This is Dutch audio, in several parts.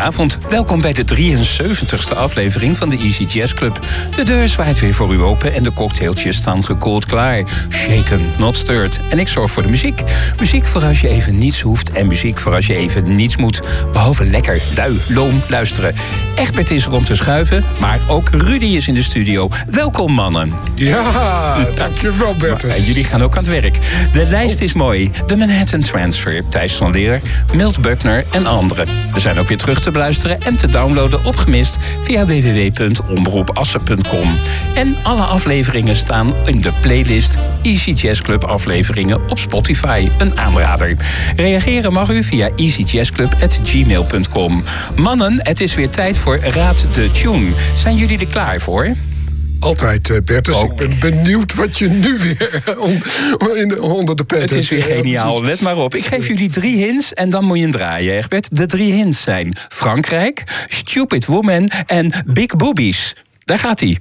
Goedenavond, welkom bij de 73ste aflevering van de Easy Jazz Club. De deur zwaait weer voor u open en de cocktailtjes staan gekoeld klaar. Shaken, not stirred. En ik zorg voor de muziek. Muziek voor als je even niets hoeft en muziek voor als je even niets moet. Behalve lekker, lui, loom luisteren. Egbert is er om te schuiven, maar ook Rudy is in de studio. Welkom mannen. Ja, dankjewel Bertus. En jullie gaan ook aan het werk. De lijst is mooi. De Manhattan Transfer, Thijs van Leer, Milt Buckner en anderen. We zijn ook weer terug te beluisteren en te downloaden op Gemist via www.omroepassen.com. En alle afleveringen staan in de playlist Easy Jazz Club afleveringen op Spotify. Een aanrader. Reageren mag u via easyjazzclub@gmail.com. Mannen, het is weer tijd voor Raad de Tune. Zijn jullie er klaar voor? Altijd, Bertus. Ik ben benieuwd wat je nu weer onder de pet hebt. Het is weer geniaal, let maar op. Ik geef jullie 3 hints en dan moet je hem draaien, Egbert. De 3 hints zijn Frankrijk, Stupid Woman en Big Boobies. Daar gaat hij.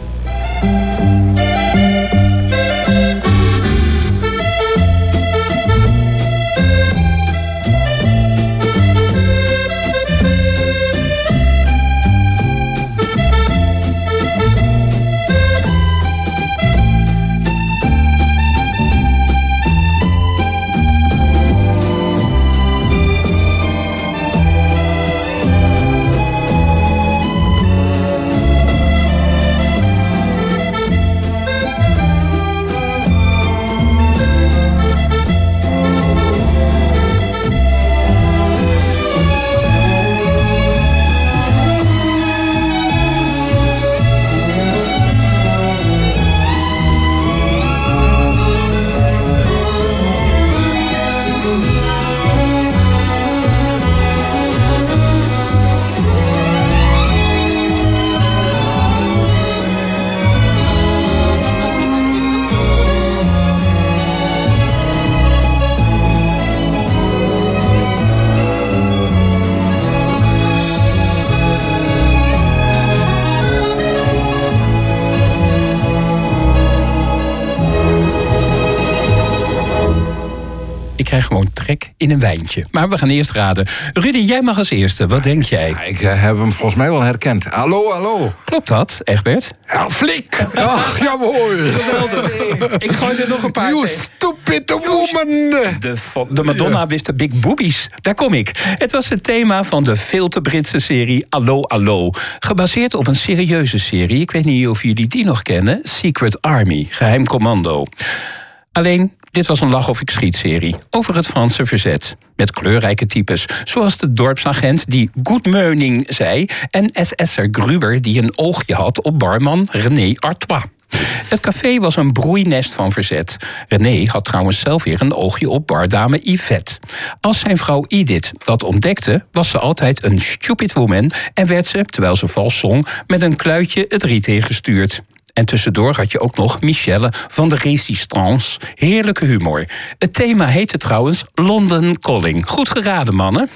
Ik krijg gewoon trek in een wijntje. Maar we gaan eerst raden. Rudy, jij mag als eerste. Wat denk jij? Ja, ik heb hem volgens mij wel herkend. Hallo, hallo. Klopt dat, Egbert? Ja, Flik! Ach, jawohl. Geweldig. Ik gooi er nog een paar You tegen. stupid woman. De Madonna with the Big Boobies. Daar kom ik. Het was het thema van de veel te Britse serie Allo Allo. Gebaseerd op een serieuze serie. Ik weet niet of jullie die nog kennen. Secret Army, Geheim Commando. Alleen, dit was een lach of ik schiet serie over het Franse verzet. Met kleurrijke types, zoals de dorpsagent die Good Morning zei en SS'er Gruber die een oogje had op barman René Artois. Het café was een broeinest van verzet. René had trouwens zelf weer een oogje op bardame Yvette. Als zijn vrouw Edith dat ontdekte, was ze altijd een stupid woman en werd ze, terwijl ze vals zong, met een kluitje het riet ingestuurd. En tussendoor had je ook nog Michelle van de Resistance. Heerlijke humor. Het thema heette trouwens London Calling. Goed geraden, mannen.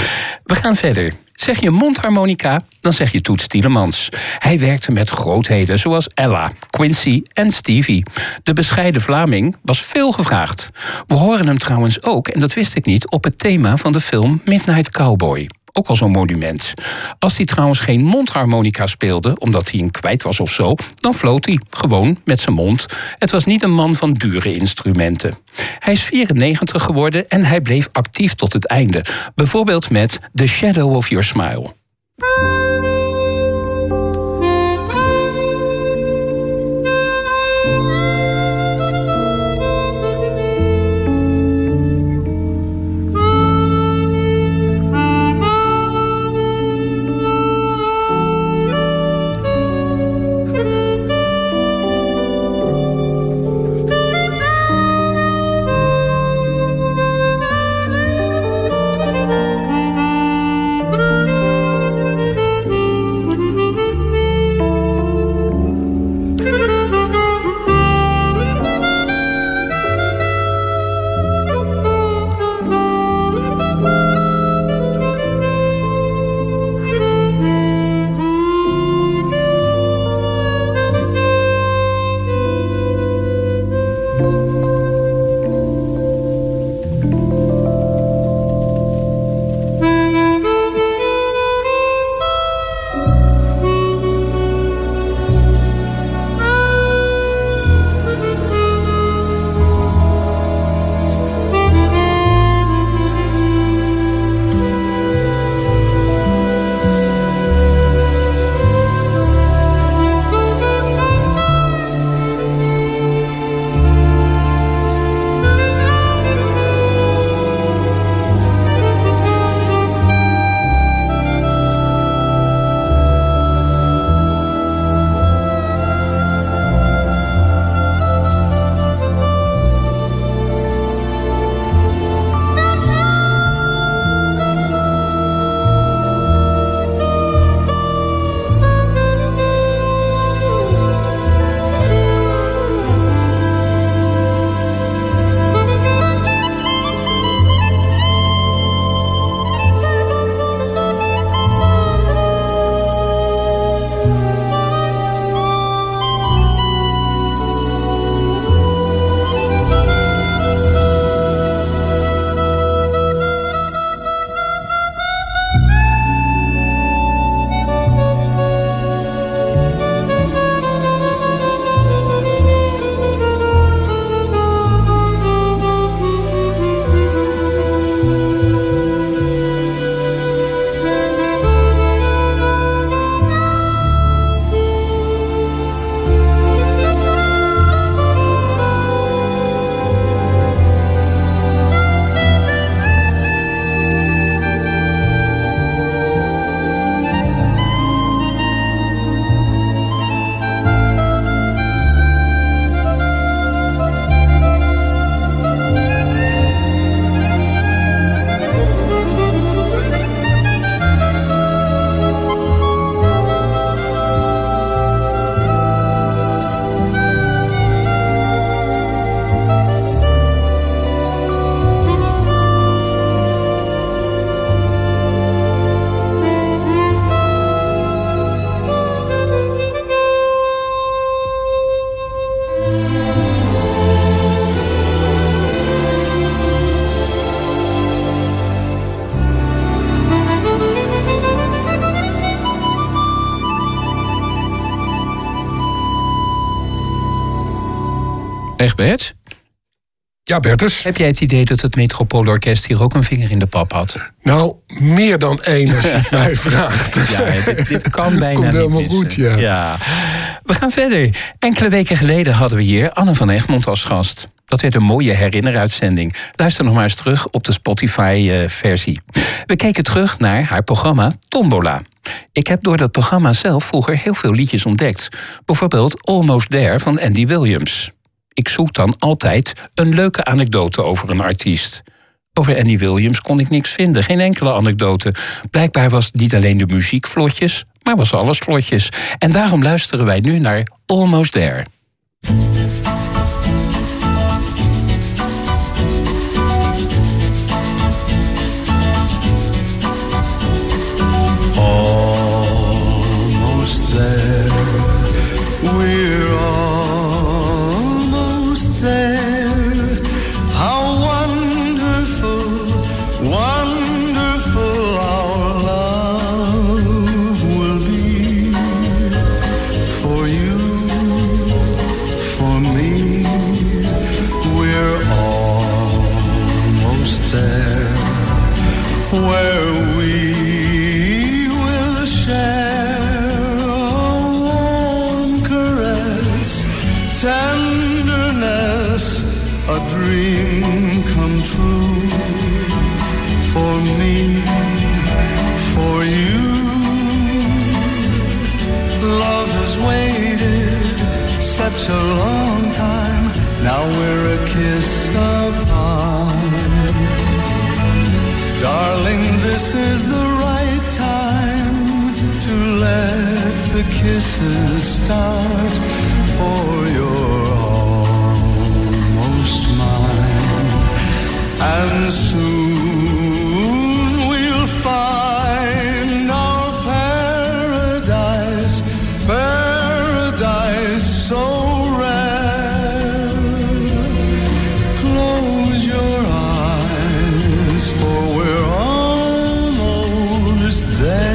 We gaan verder. Zeg je mondharmonica, dan zeg je Toets Tielemans. Hij werkte met grootheden zoals Ella, Quincy en Stevie. De bescheiden Vlaming was veel gevraagd. We horen hem trouwens ook, en dat wist ik niet, op het thema van de film Midnight Cowboy. Ook al zo'n monument. Als hij trouwens geen mondharmonica speelde, omdat hij hem kwijt was of zo, dan floot hij gewoon met zijn mond. Het was niet een man van dure instrumenten. Hij is 94 geworden en hij bleef actief tot het einde. Bijvoorbeeld met The Shadow of Your Smile. Echt, Bert? Ja, Bertus. Heb jij het idee dat het Metropoolorkest hier ook een vinger in de pap had? Nou, meer dan één als je het mij vraagt. Ja, dit kan bijna Komt helemaal niet goed, missen. ja. We gaan verder. Enkele weken geleden hadden we hier Anne van Egmond als gast. Dat werd een mooie herinneruitzending. Luister nog maar eens terug op de Spotify-versie. We keken terug naar haar programma Tombola. Ik heb door dat programma zelf vroeger heel veel liedjes ontdekt. Bijvoorbeeld Almost There van Andy Williams. Ik zoek dan altijd een leuke anekdote over een artiest. Over Andy Williams kon ik niks vinden, geen enkele anekdote. Blijkbaar was niet alleen de muziek vlotjes, maar was alles vlotjes. En daarom luisteren wij nu naar Almost There. Almost there, we're almost there. How wonderful, wonderful our love will be. For you, for me, we're almost there. Where we tenderness, a dream come true. For me, for you, love has waited such a long time. Now we're a kiss apart. Darling, this is the right time to let the kisses start. For you're almost mine, and soon we'll find our paradise, paradise so rare. Close your eyes, for we're almost there.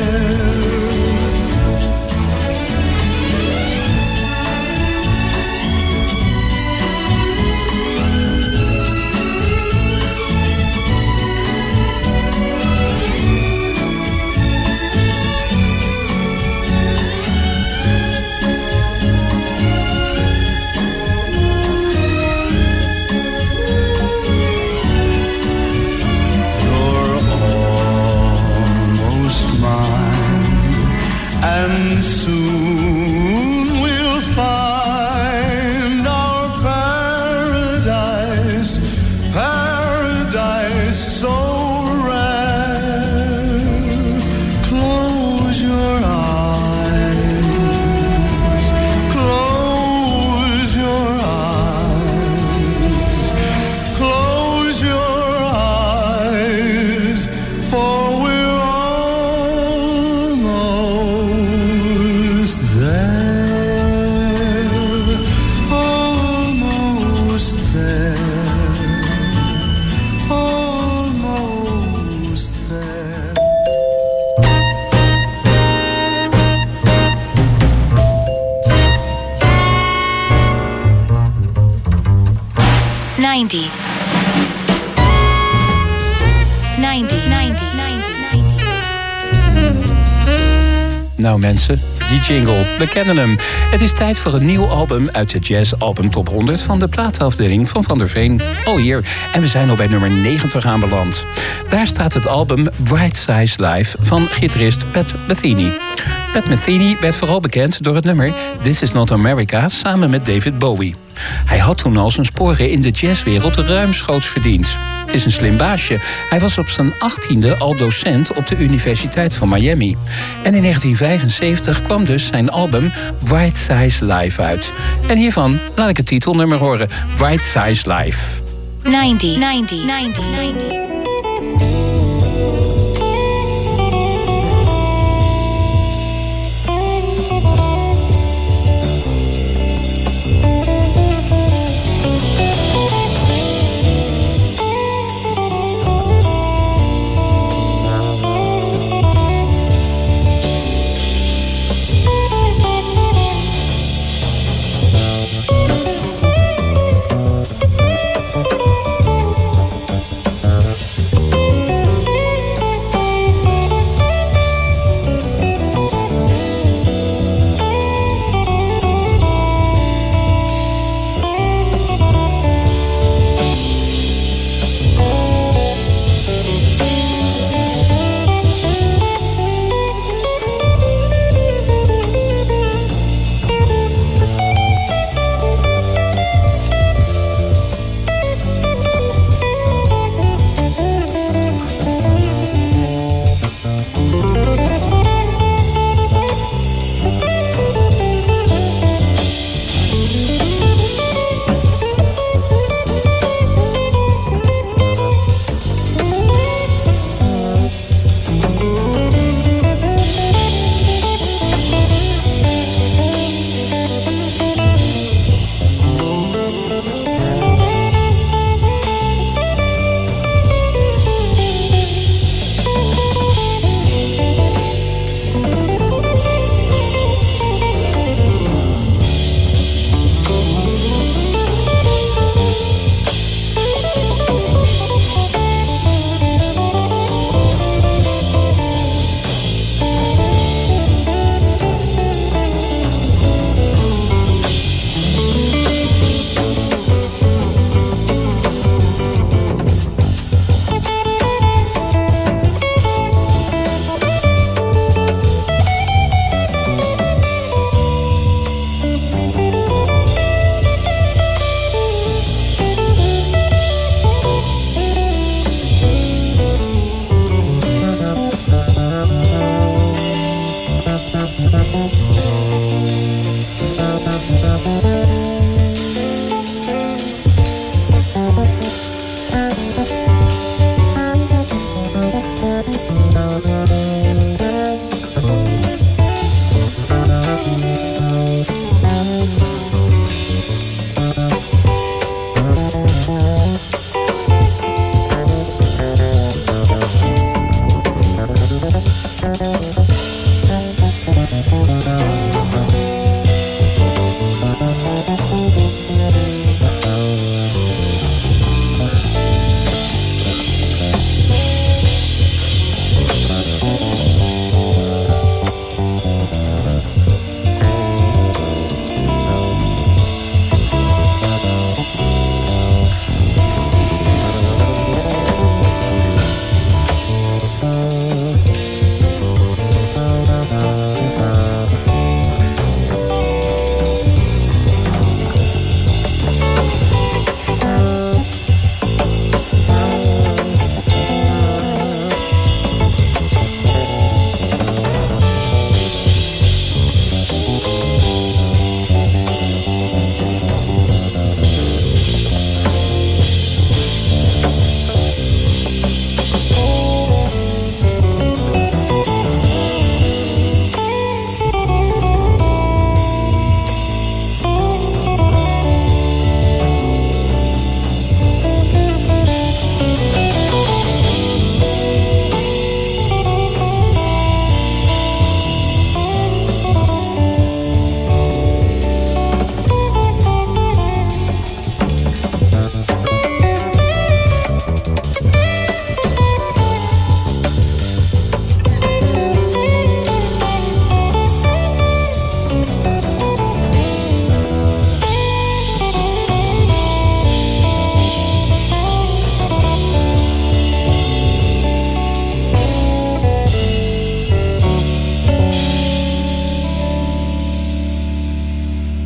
And soon we'll find our paradise, paradise so rare. Close your eyes, close your eyes, close your eyes, for we're Nou mensen, die jingle, we kennen hem. Het is tijd voor een nieuw album uit de Jazz Album Top 100... van de platenafdeling van Van der Veen. Alweer. En we zijn al bij nummer 90 aanbeland. Daar staat het album Right Size Live van gitarist Pat Metheny. Pat Metheny werd vooral bekend door het nummer This Is Not America samen met David Bowie. Hij had toen al zijn sporen in de jazzwereld ruimschoots verdiend. Het is een slim baasje. Hij was op zijn 18e al docent op de Universiteit van Miami. En in 1975 kwam dus zijn album Right Size Live uit. En hiervan laat ik het titelnummer horen. Right Size Live. 90.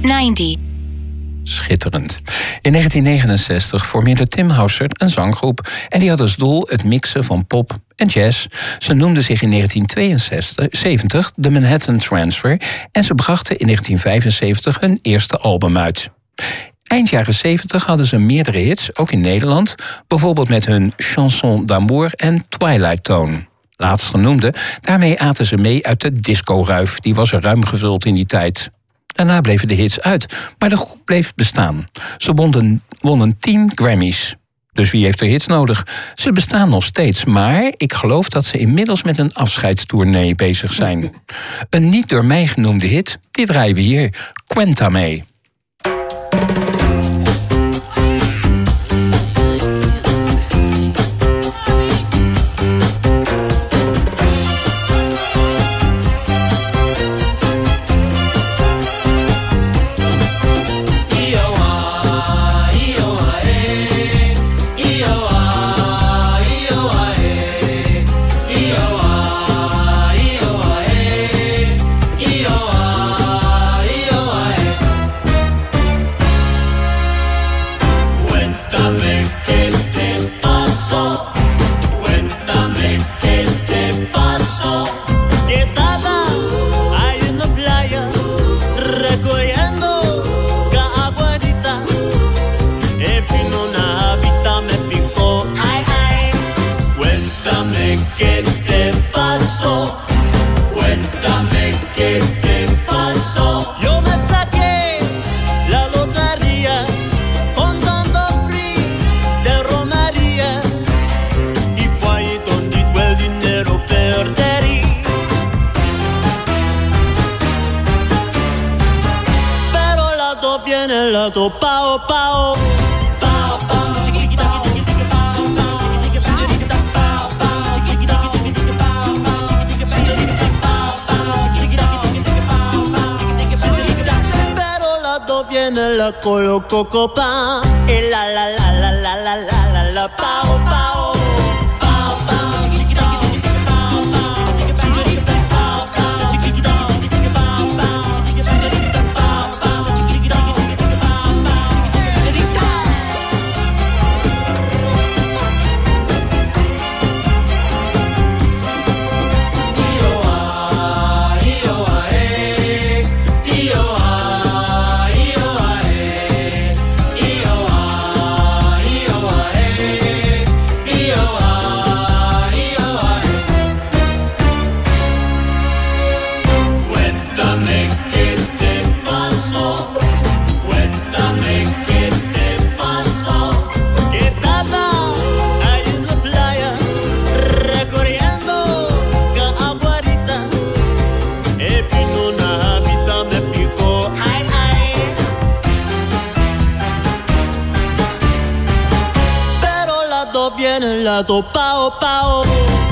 90. Schitterend. In 1969 formeerde Tim Hauser een zanggroep en die had als doel het mixen van pop en jazz. Ze noemden zich in 1972 de Manhattan Transfer en ze brachten in 1975 hun eerste album uit. Eind jaren 70 hadden ze meerdere hits, ook in Nederland, bijvoorbeeld met hun Chanson d'amour en Twilight Tone. Laatstgenoemde, daarmee aten ze mee uit de disco-ruif, die was er ruim gevuld in die tijd. Daarna bleven de hits uit, maar de groep bleef bestaan. Ze wonnen 10 Grammys. Dus wie heeft er hits nodig? Ze bestaan nog steeds, maar ik geloof dat ze inmiddels met een afscheidstournee bezig zijn. Een niet door mij genoemde hit, die draaien we hier. Cuéntame. Pao, pao. Pero la do viene la coloco copa y la la la la la la la la la pao, pao. Do pao, pao.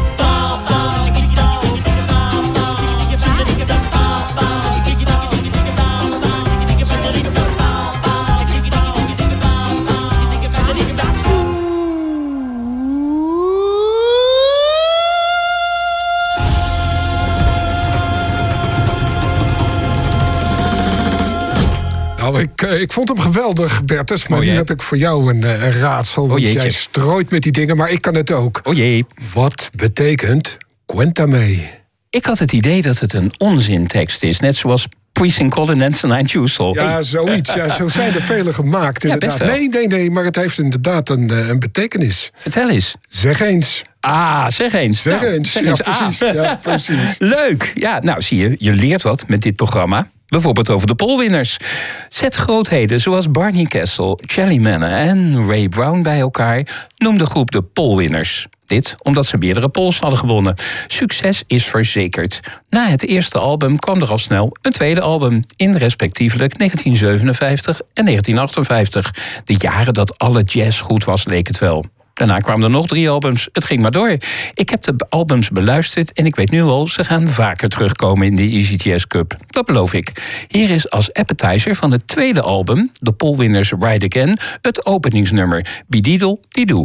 Nou, ik vond hem geweldig, Bertus. Maar nu heb ik voor jou een raadsel. Want jij strooit met die dingen, maar ik kan het ook. O jee. Wat betekent Cuéntame? Ik had het idee dat het een onzintekst is. Net zoals Precinct Colin Nansen en Juice. Ja, zoiets. Ja, zo zijn er vele gemaakt. Inderdaad. Nee, maar het heeft inderdaad een betekenis. Vertel eens. Zeg eens. Zeg eens. Zeg eens. Precies. Ja, precies. Leuk. Ja, nou zie je leert wat met dit programma. Bijvoorbeeld over de polwinners. Zet grootheden zoals Barney Kessel, Charlie Manne en Ray Brown bij elkaar, noemde de groep de polwinners. Dit omdat ze meerdere pols hadden gewonnen. Succes is verzekerd. Na het eerste album kwam er al snel een tweede album, in respectievelijk 1957 en 1958. De jaren dat alle jazz goed was, leek het wel. Daarna kwamen er nog 3 albums. Het ging maar door. Ik heb de albums beluisterd en ik weet nu al, ze gaan vaker terugkomen in de Easy Jazz Cup. Dat beloof ik. Hier is als appetizer van het tweede album, de polwinners Ride Again, het openingsnummer Bididel Didoo.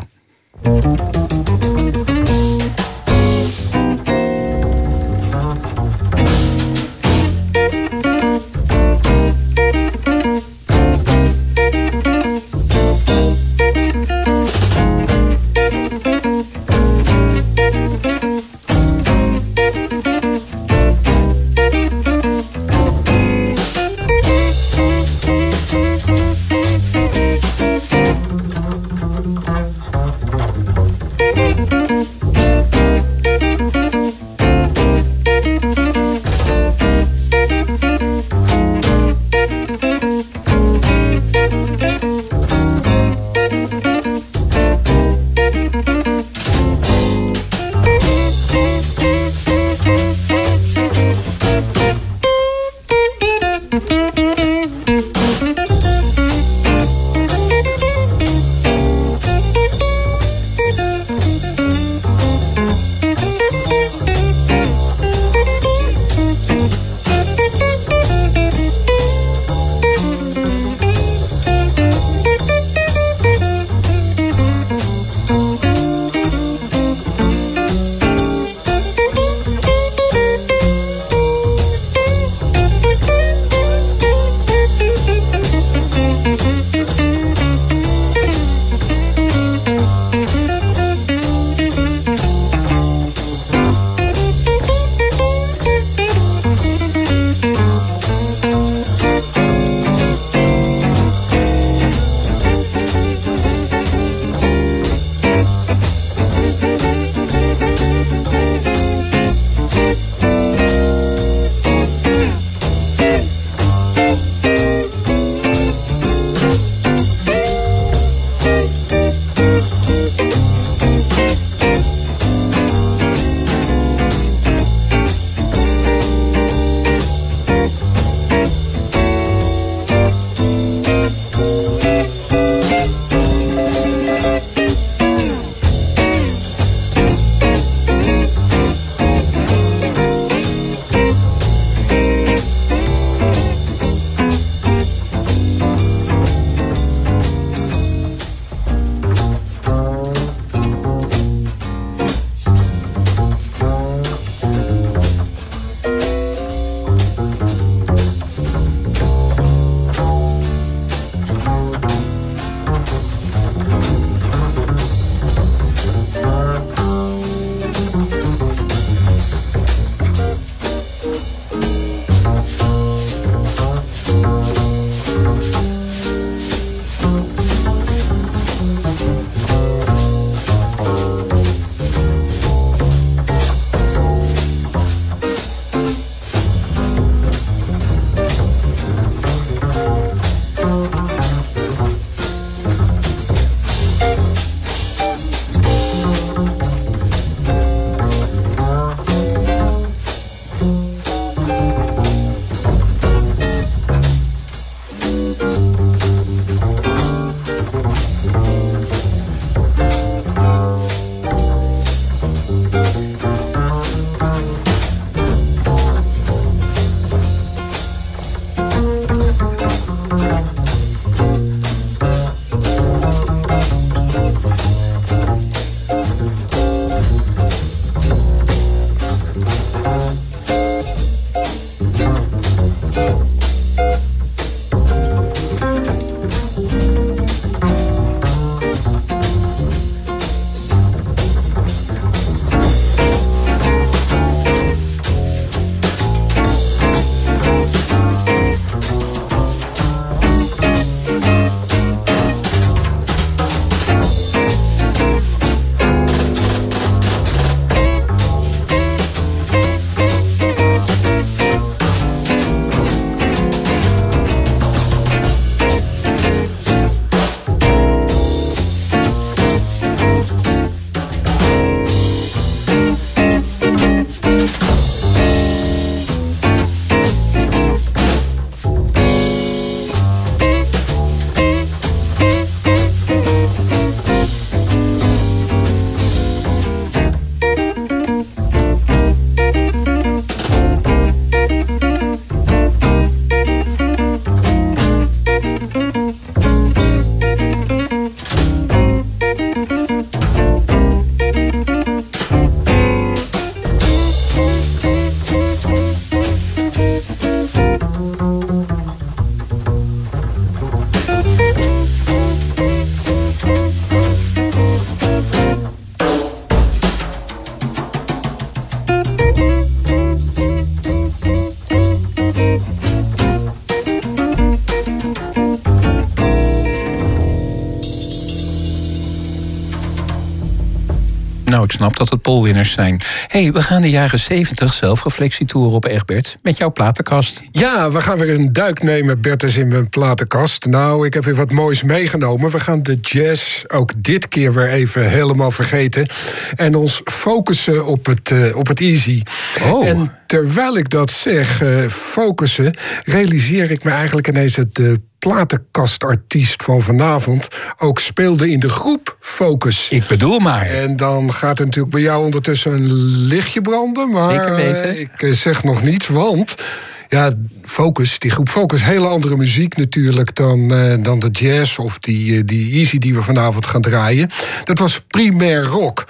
Nou, ik snap dat het polwinners zijn. We gaan de jaren 70 zelfreflectietour op, Egbert. Met jouw platenkast. Ja, we gaan weer een duik nemen, Bertus, in mijn platenkast. Nou, ik heb weer wat moois meegenomen. We gaan de jazz ook dit keer weer even helemaal vergeten. En ons focussen op het easy. Oh. En terwijl ik dat zeg, focussen, realiseer ik me eigenlijk ineens de platenkastartiest van vanavond ook speelde in de groep Focus. Ik bedoel maar. En dan gaat er natuurlijk bij jou ondertussen een lichtje branden. Maar zeker weten. Ik zeg nog niets, want ja, Focus, die groep Focus, hele andere muziek natuurlijk dan de jazz of die easy die we vanavond gaan draaien. Dat was primair rock,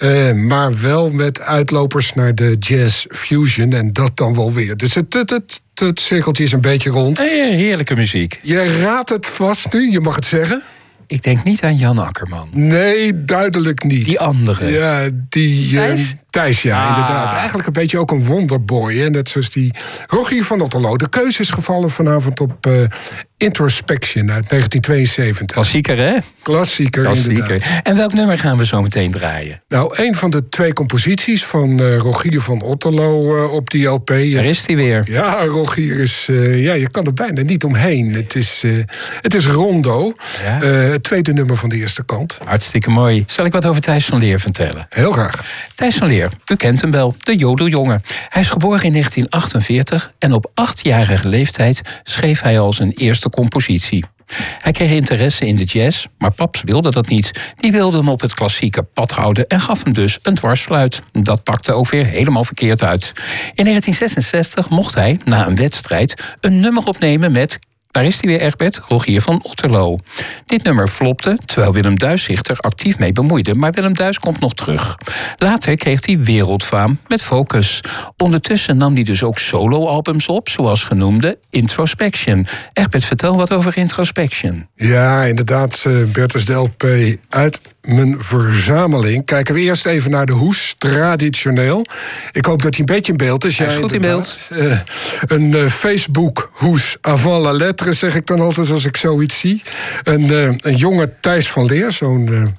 maar wel met uitlopers naar de jazz fusion en dat dan wel weer. Dus het cirkeltje is een beetje rond. Heerlijke muziek. Je raadt het vast nu, je mag het zeggen. Ik denk niet aan Jan Akkerman. Nee, duidelijk niet. Die andere. Ja, die Thijs, ja, inderdaad. Eigenlijk een beetje ook een wonderboy. Hè? Net zoals die Rogier van Otterlo. De keuze is gevallen vanavond op Introspection uit 1972. Klassieker, hè? Klassieker, inderdaad. En welk nummer gaan we zo meteen draaien? Nou, een van de 2 composities van Rogier van Otterlo op die LP. Daar is hij weer. Ja, Rogier is... je kan er bijna niet omheen. Het is Rondo. Ja? Het tweede nummer van de eerste kant. Hartstikke mooi. Zal ik wat over Thijs van Leer vertellen? Heel graag. Thijs van Leer, u kent hem wel, de jodeljongen. Hij is geboren in 1948 en op 8-jarige leeftijd schreef hij al zijn eerste compositie. Hij kreeg interesse in de jazz, maar paps wilde dat niet. Die wilde hem op het klassieke pad houden en gaf hem dus een dwarsfluit. Dat pakte ook weer helemaal verkeerd uit. In 1966 mocht hij, na een wedstrijd, een nummer opnemen met... Daar is hij weer, Egbert, Rogier van Otterlo. Dit nummer flopte, terwijl Willem Duis zich er actief mee bemoeide. Maar Willem Duis komt nog terug. Later kreeg hij wereldfaam met Focus. Ondertussen nam hij dus ook soloalbums op, zoals genoemde Introspection. Egbert, vertel wat over Introspection. Ja, inderdaad, Bertus, de LP uit mijn verzameling. Kijken we eerst even naar de hoes, traditioneel. Ik hoop dat hij een beetje in beeld is. Hij is goed in beeld. Een Facebook-hoes avant la lettre, zeg ik dan altijd als ik zoiets zie. Een jonge Thijs van Leer, zo'n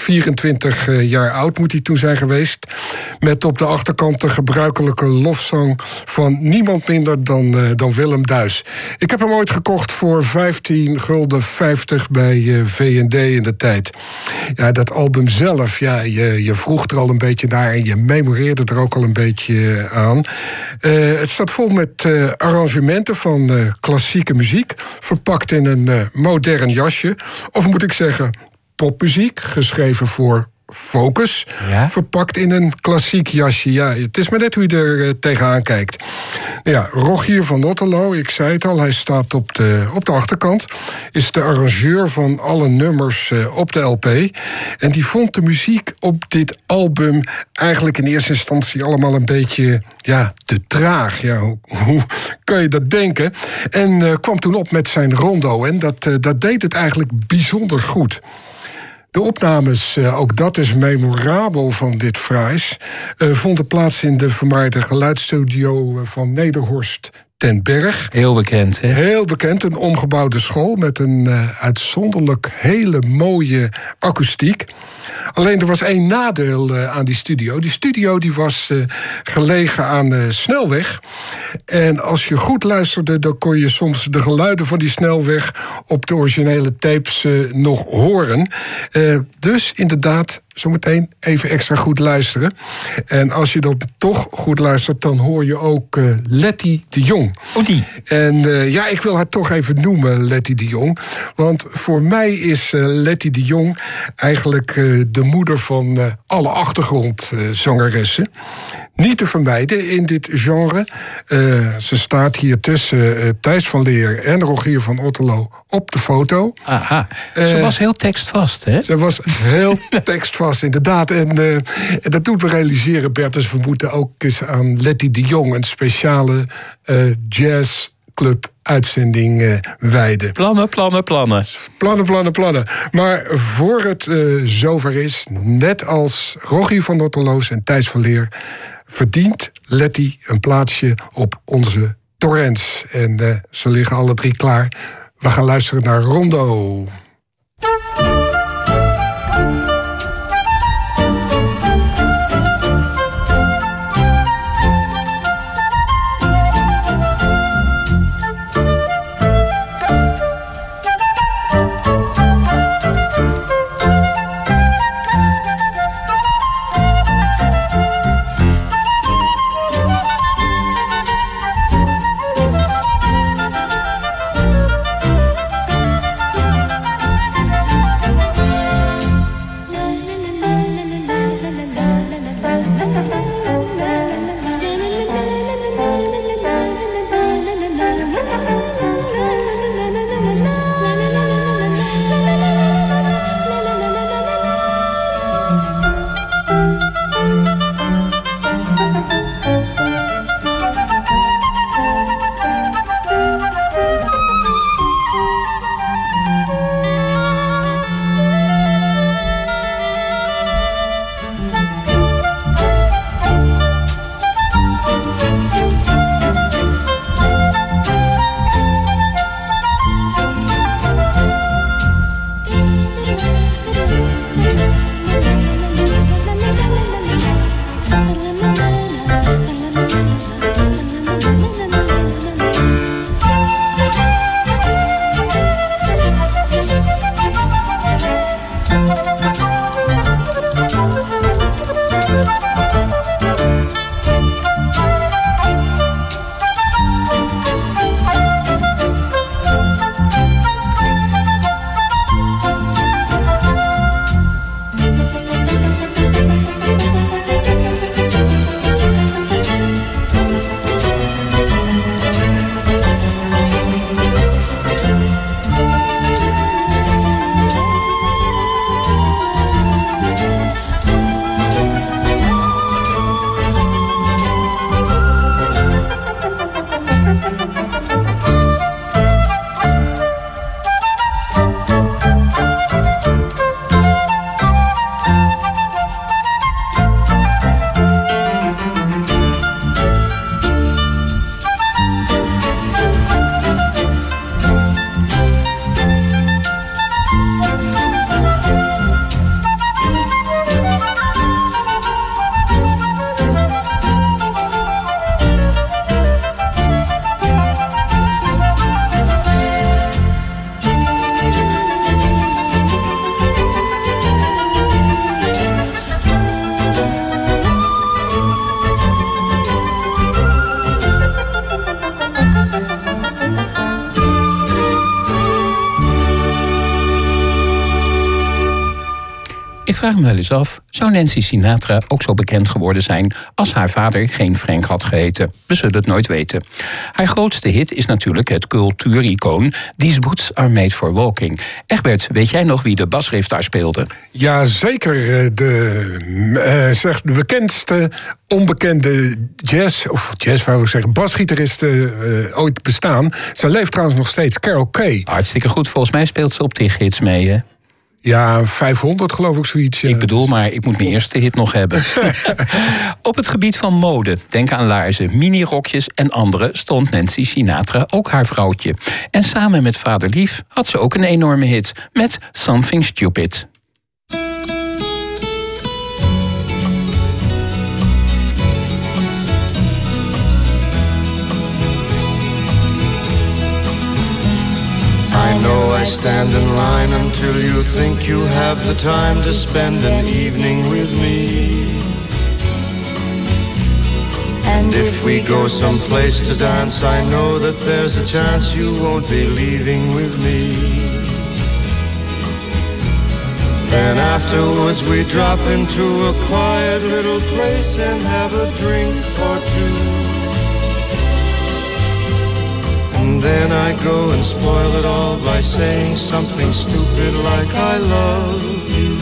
24 jaar oud moet hij toen zijn geweest. Met op de achterkant de gebruikelijke lofzang van niemand minder dan Willem Duis. Ik heb hem ooit gekocht voor 15,50 gulden bij V&D in de tijd. Ja, dat album zelf, ja, je vroeg er al een beetje naar en je memoreerde er ook al een beetje aan. Het staat vol met arrangementen van klassieke muziek, verpakt in een modern jasje. Of moet ik zeggen, popmuziek, geschreven voor Focus, ja? Verpakt in een klassiek jasje. Ja, het is maar net hoe je er tegenaan kijkt. Ja, Rogier van Otterlo, ik zei het al, hij staat op de achterkant. Is de arrangeur van alle nummers op de LP. En die vond de muziek op dit album eigenlijk in eerste instantie allemaal een beetje te traag. Ja, hoe kan je dat denken? En kwam toen op met zijn rondo. En dat deed het eigenlijk bijzonder goed. De opnames, ook dat is memorabel van dit fraais, vonden plaats in de vermaarde geluidsstudio van Nederhorst ten Berg. Heel bekend, hè? Heel bekend, een omgebouwde school met een uitzonderlijk hele mooie akoestiek. Alleen er was één nadeel aan die studio. Die studio die was gelegen aan de snelweg. En als je goed luisterde, dan kon je soms de geluiden van die snelweg op de originele tapes nog horen. Dus inderdaad, zometeen even extra goed luisteren. En als je dan toch goed luistert, dan hoor je ook Letty de Jong. Oh, die. En ik wil haar toch even noemen, Letty de Jong. Want voor mij is Letty de Jong eigenlijk de moeder van alle achtergrondzangeressen. Niet te vermijden in dit genre. Ze staat hier tussen Thijs van Leer en Rogier van Otterlo op de foto. Aha. Ze was heel tekstvast, hè? Ze was heel tekstvast, inderdaad. En dat doet me realiseren, Bertus, we moeten ook eens aan Letty de Jong een speciale jazzclub uitzending wijden. Plannen. Maar voor het zover is, net als Rogier van Otterlo en Thijs van Leer, verdient Letty een plaatsje op onze torrents. En ze liggen alle 3 klaar. We gaan luisteren naar Rondo. Ik vraag me wel eens af, zou Nancy Sinatra ook zo bekend geworden zijn als haar vader geen Frank had geheten? We zullen het nooit weten. Haar grootste hit is natuurlijk het cultuuricoon These Boots Are Made For Walking. Egbert, weet jij nog wie de basriff daar speelde? Ja, zeker. De bekendste onbekende basgitarist ooit bestaan. Ze leeft trouwens nog steeds, Carole Kay. Hartstikke goed, volgens mij speelt ze op TIG-hits mee, hè? Ja, 500 geloof ik, zoiets. Ik bedoel, maar ik moet mijn eerste hit nog hebben. Op het gebied van mode, denk aan laarzen, minirokjes en andere, stond Nancy Sinatra ook haar vrouwtje. En samen met Vader Lief had ze ook een enorme hit met Something Stupid. I know I stand in line until you think you have the time to spend an evening with me. And if we go someplace to dance, I know that there's a chance you won't be leaving with me. Then afterwards we drop into a quiet little place and have a drink or two. And then I go and spoil it all by saying something stupid like I love you.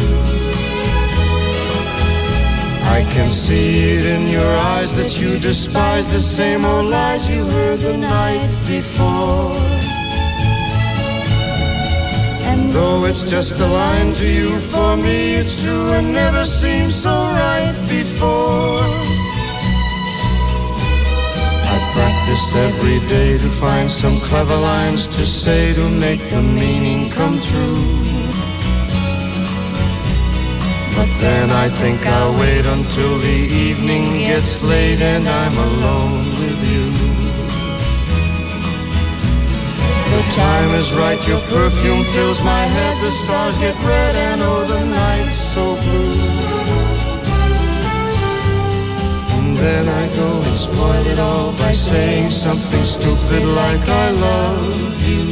I can see it in your eyes that you despise the same old lies you heard the night before. And though it's just a line to you, for me it's true and never seemed so right before. Practice every day to find some clever lines to say to make the meaning come true. But then I think I'll wait until the evening gets late and I'm alone with you. The time is right, your perfume fills my head, the stars get red and oh the night's so blue. Then I go and spoil it all by saying something stupid like I love you.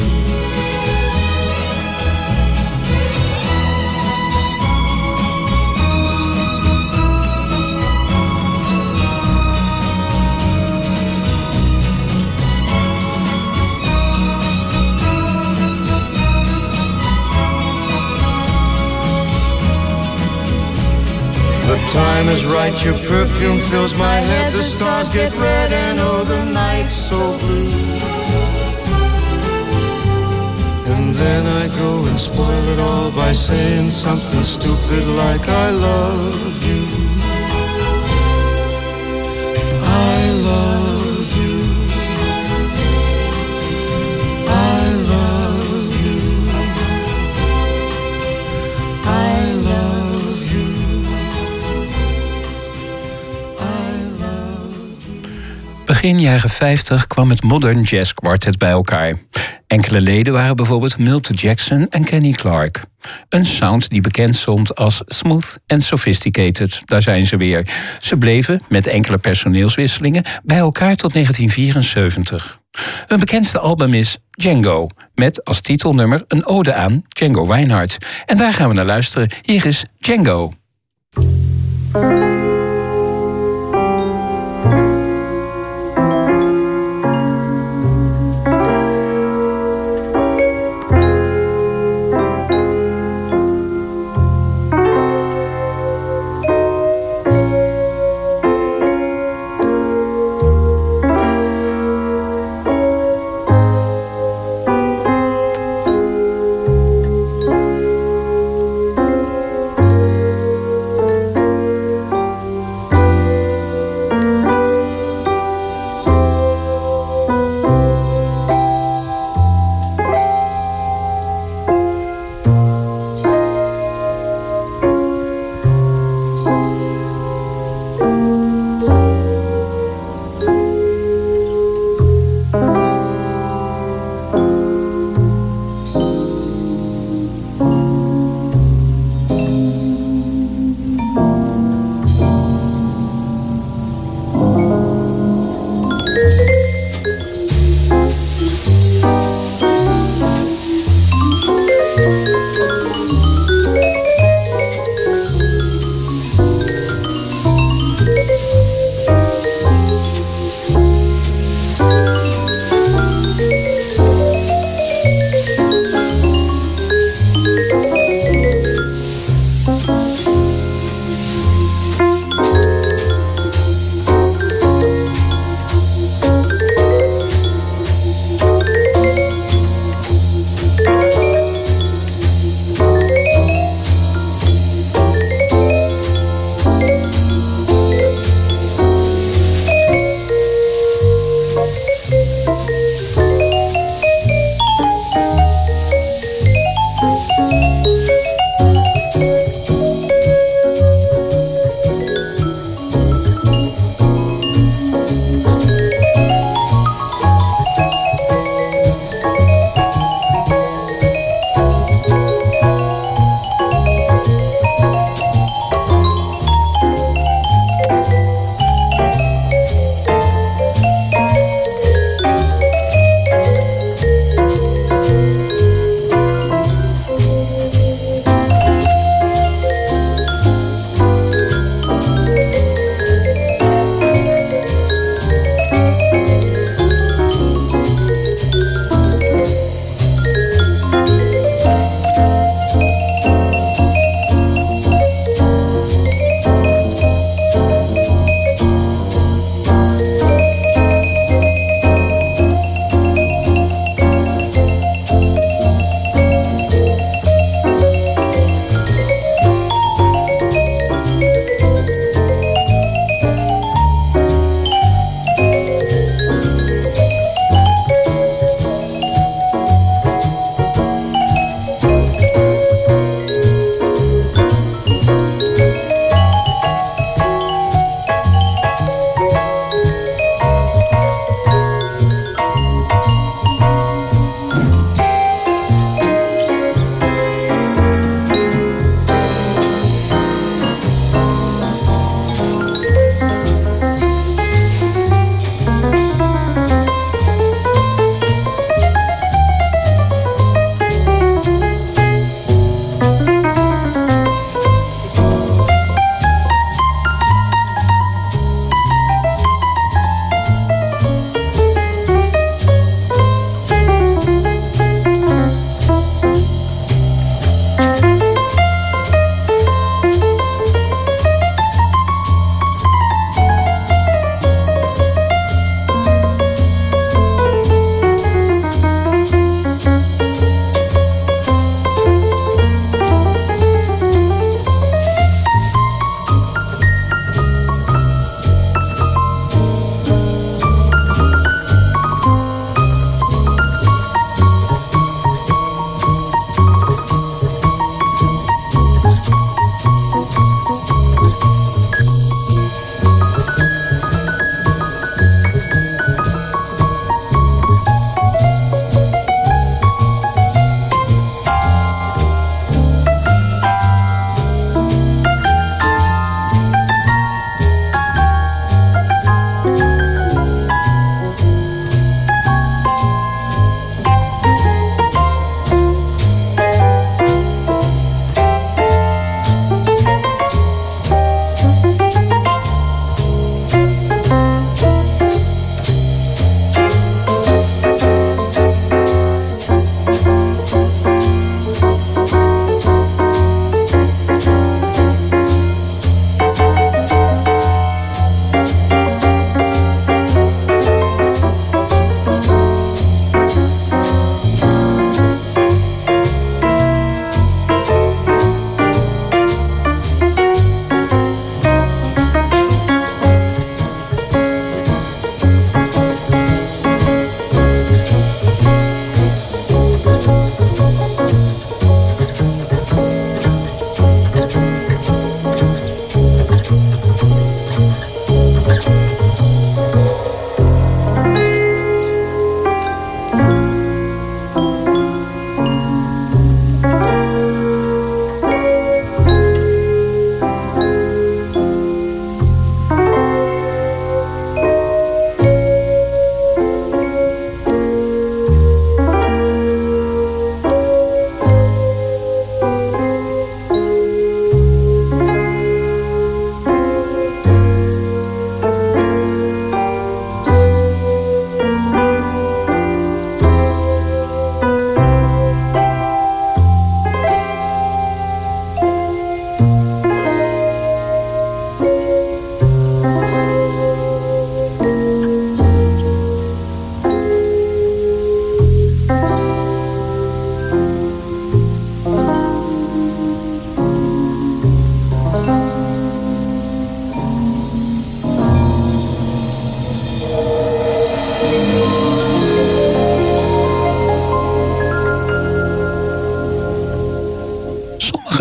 The time is right, your perfume fills my head, the stars get red and oh the night's so blue. And then I go and spoil it all by saying something stupid like I love you. I love you. I love you. I love you. Begin jaren 50 kwam het Modern Jazz Quartet bij elkaar. Enkele leden waren bijvoorbeeld Milton Jackson en Kenny Clarke. Een sound die bekend stond als smooth and sophisticated. Daar zijn ze weer. Ze bleven, met enkele personeelswisselingen, bij elkaar tot 1974. Hun bekendste album is Django, met als titelnummer een ode aan Django Reinhardt. En daar gaan we naar luisteren. Hier is Django.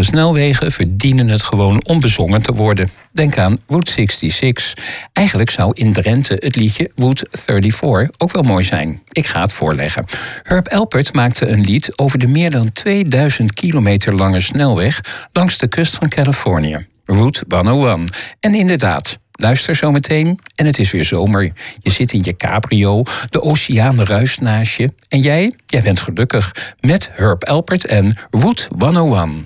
snelwegen verdienen het gewoon om bezongen te worden. Denk aan Route 66. Eigenlijk zou in Drenthe het liedje Route 34 ook wel mooi zijn. Ik ga het voorleggen. Herb Alpert maakte een lied over de meer dan 2000 kilometer lange snelweg langs de kust van Californië. Route 101. En inderdaad, luister zo meteen en het is weer zomer. Je zit in je cabrio, de oceaan ruist naast je. En jij bent gelukkig met Herb Alpert en Route 101.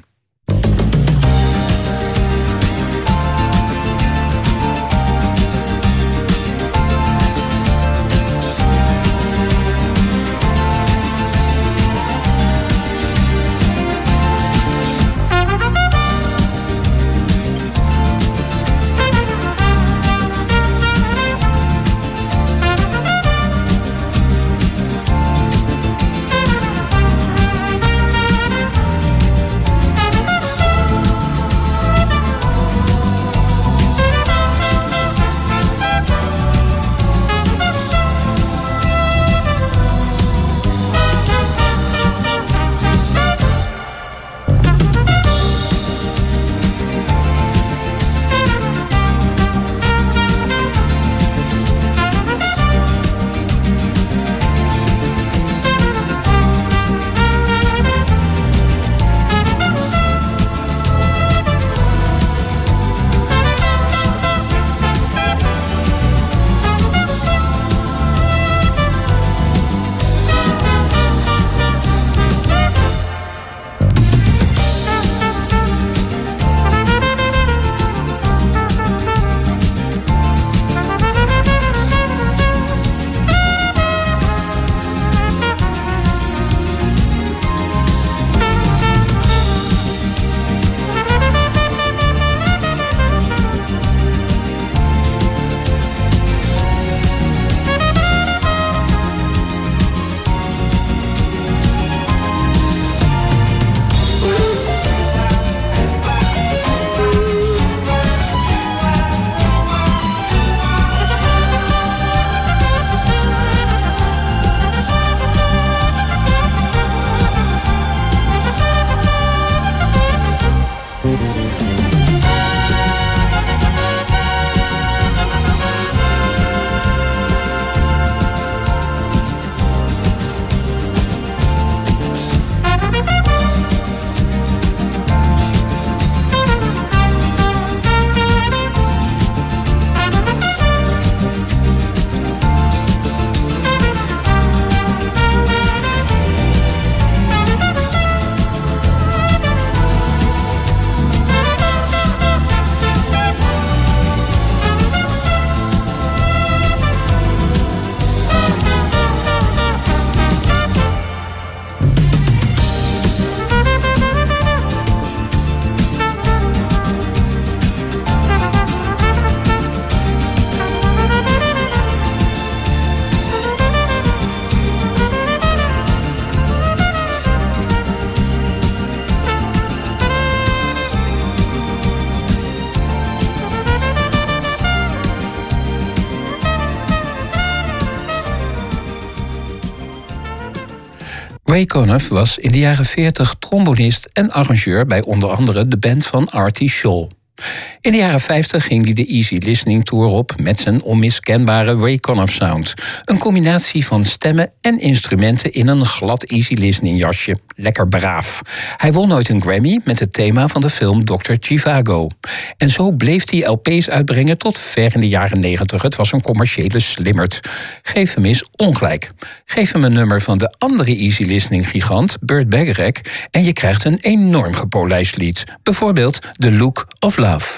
Ray Conniff was in de jaren 40 trombonist en arrangeur bij onder andere de band van Artie Shaw. In de jaren 50 ging hij de Easy Listening Tour op met zijn onmiskenbare Ray Conniff sound. Een combinatie van stemmen en instrumenten in een glad Easy Listening jasje. Lekker braaf. Hij won nooit een Grammy met het thema van de film Dr. Zhivago. En zo bleef hij LP's uitbrengen tot ver in de jaren 90. Het was een commerciële slimmerd. Geef hem eens ongelijk. Geef hem een nummer van de andere Easy Listening gigant, Burt Bacharach, en je krijgt een enorm gepolijst lied. Bijvoorbeeld The Look of Love.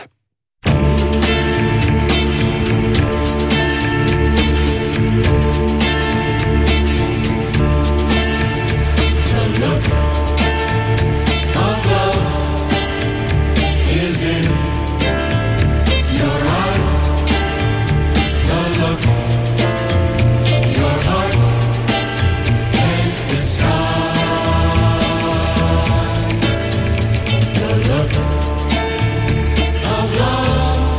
Love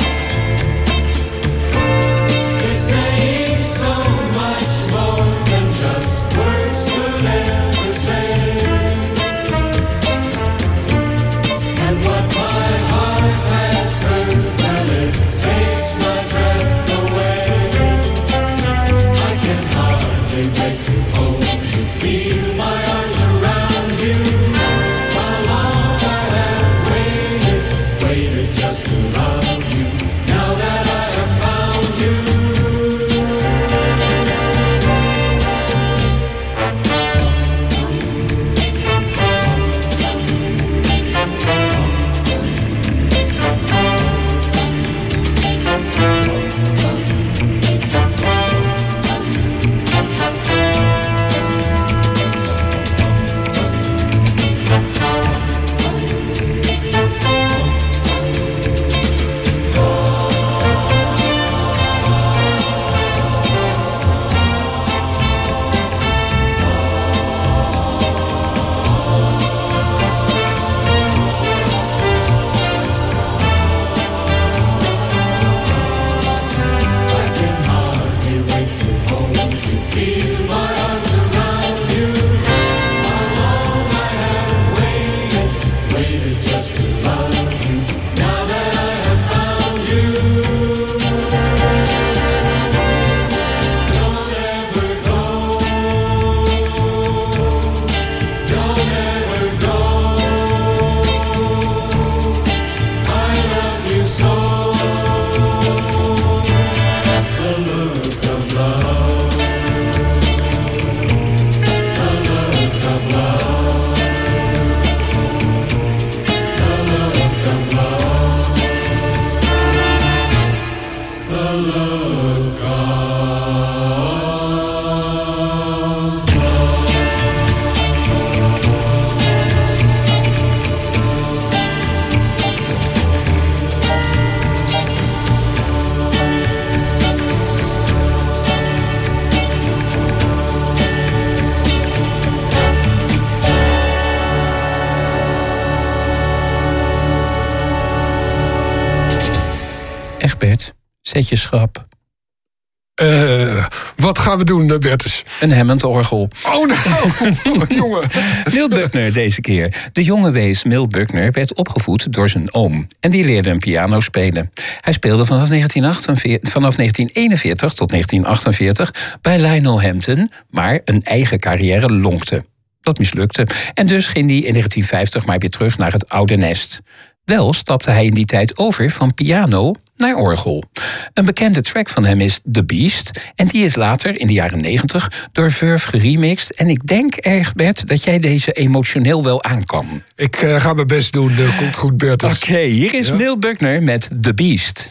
Egbert, zet je schrap. Wat gaan we doen, Bertus? Een Hammond-orgel. Oh, nou, jongen. Milt Buckner deze keer. De jonge wees Milt Buckner werd opgevoed door zijn oom. En die leerde hem piano spelen. Hij speelde vanaf 1941 tot 1948 bij Lionel Hampton, maar een eigen carrière lonkte. Dat mislukte. En dus ging hij in 1950 maar weer terug naar het oude nest. Wel stapte hij in die tijd over van piano naar orgel. Een bekende track van hem is The Beast. En die is later, in de jaren 90, door Verve geremixed. En ik denk, Egbert, dat jij deze emotioneel wel aan kan. Ik ga mijn best doen. Komt goed, Bertus. Oké, hier is Milt Buckner met The Beast.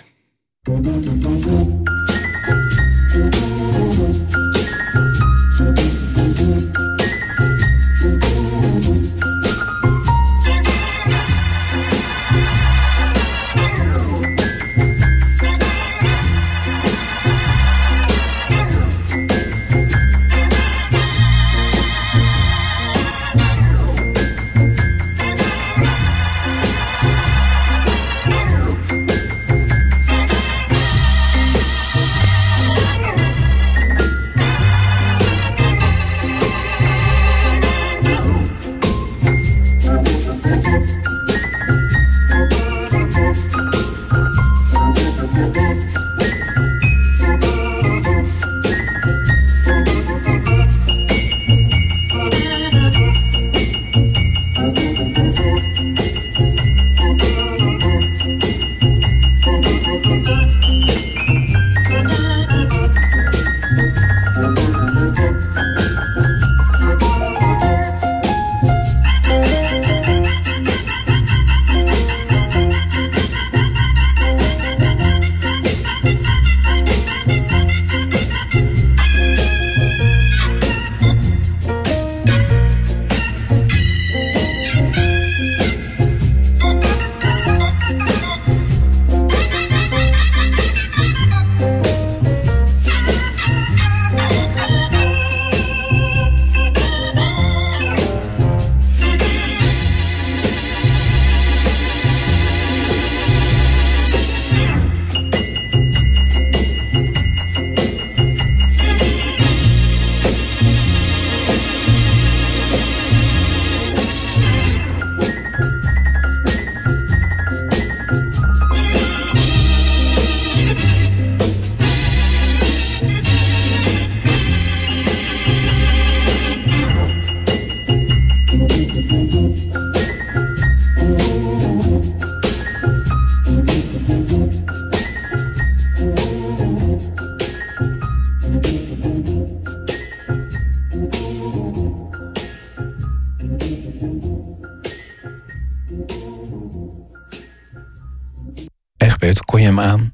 Egbert, kon je hem aan?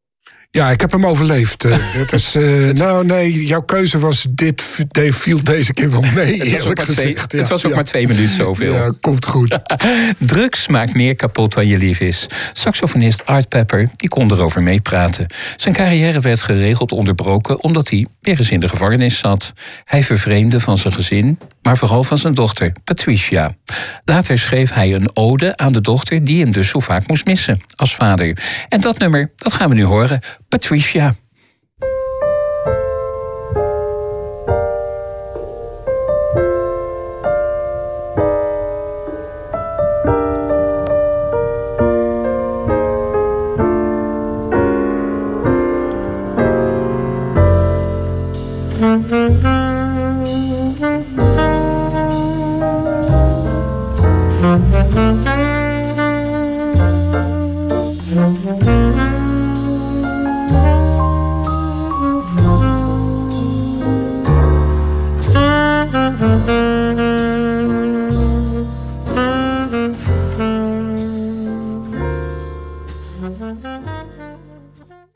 Ja, ik heb hem overleefd. Het is, nou nee, jouw keuze was dit viel deze keer wel mee. Het was ook maar 2 minuten zoveel. Ja, komt goed. Drugs maakt meer kapot dan je lief is. Saxofonist Art Pepper, die kon erover meepraten. Zijn carrière werd geregeld onderbroken omdat hij weer eens in de gevangenis zat. Hij vervreemde van zijn gezin, maar vooral van zijn dochter, Patricia. Later schreef hij een ode aan de dochter die hem dus zo vaak moest missen als vader. En dat nummer, dat gaan we nu horen. Patricia. Mm-hmm.